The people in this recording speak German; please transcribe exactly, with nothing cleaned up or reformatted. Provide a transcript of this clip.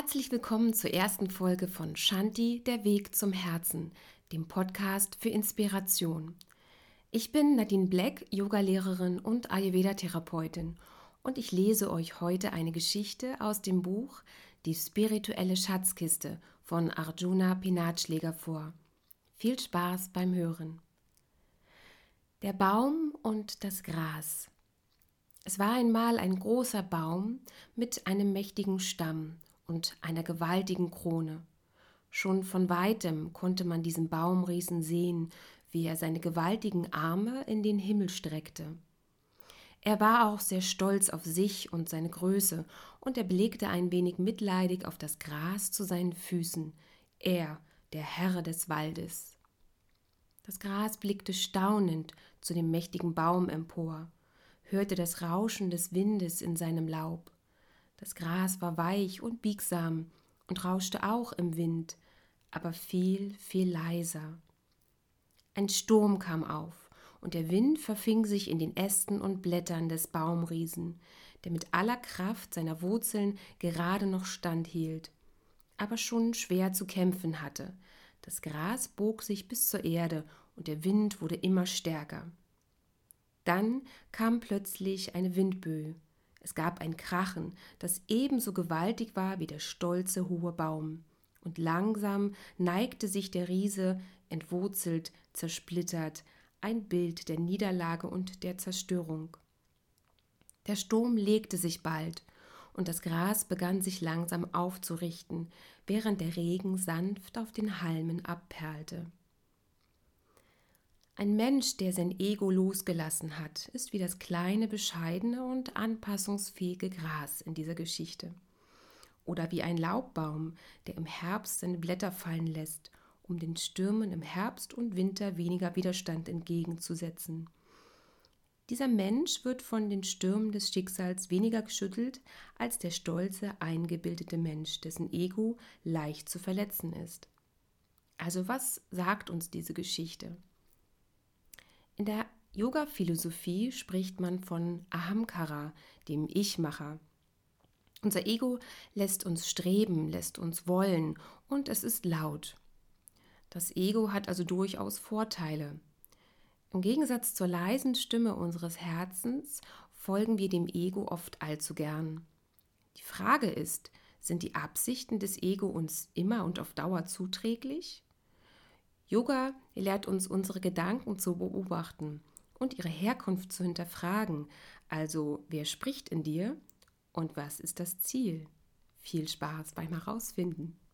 Herzlich willkommen zur ersten Folge von Shanti, der Weg zum Herzen, dem Podcast für Inspiration. Ich bin Nadine Black, Yogalehrerin und Ayurveda-Therapeutin und ich lese euch heute eine Geschichte aus dem Buch Die spirituelle Schatzkiste von Arjuna Pinatschläger vor. Viel Spaß beim Hören. Der Baum und das Gras. Es war einmal ein großer Baum mit einem mächtigen Stamm und einer gewaltigen Krone. Schon von weitem konnte man diesen Baumriesen sehen, wie er seine gewaltigen Arme in den Himmel streckte. Er war auch sehr stolz auf sich und seine Größe, und er blickte ein wenig mitleidig auf das Gras zu seinen Füßen, er, der Herr des Waldes. Das Gras blickte staunend zu dem mächtigen Baum empor, hörte das Rauschen des Windes in seinem Laub. Das Gras war weich und biegsam und rauschte auch im Wind, aber viel, viel leiser. Ein Sturm kam auf, und der Wind verfing sich in den Ästen und Blättern des Baumriesen, der mit aller Kraft seiner Wurzeln gerade noch standhielt, aber schon schwer zu kämpfen hatte. Das Gras bog sich bis zur Erde, und der Wind wurde immer stärker. Dann kam plötzlich eine Windböe. Es gab ein Krachen, das ebenso gewaltig war wie der stolze hohe Baum, und langsam neigte sich der Riese, entwurzelt, zersplittert, ein Bild der Niederlage und der Zerstörung. Der Sturm legte sich bald, und das Gras begann sich langsam aufzurichten, während der Regen sanft auf den Halmen abperlte. Ein Mensch, der sein Ego losgelassen hat, ist wie das kleine, bescheidene und anpassungsfähige Gras in dieser Geschichte. Oder wie ein Laubbaum, der im Herbst seine Blätter fallen lässt, um den Stürmen im Herbst und Winter weniger Widerstand entgegenzusetzen. Dieser Mensch wird von den Stürmen des Schicksals weniger geschüttelt als der stolze, eingebildete Mensch, dessen Ego leicht zu verletzen ist. Also was sagt uns diese Geschichte? In der Yoga-Philosophie spricht man von Ahamkara, dem Ich-Macher. Unser Ego lässt uns streben, lässt uns wollen, und es ist laut. Das Ego hat also durchaus Vorteile. Im Gegensatz zur leisen Stimme unseres Herzens folgen wir dem Ego oft allzu gern. Die Frage ist, sind die Absichten des Ego uns immer und auf Dauer zuträglich? Yoga lehrt uns, unsere Gedanken zu beobachten und ihre Herkunft zu hinterfragen. Also, wer spricht in dir und was ist das Ziel? Viel Spaß beim Herausfinden.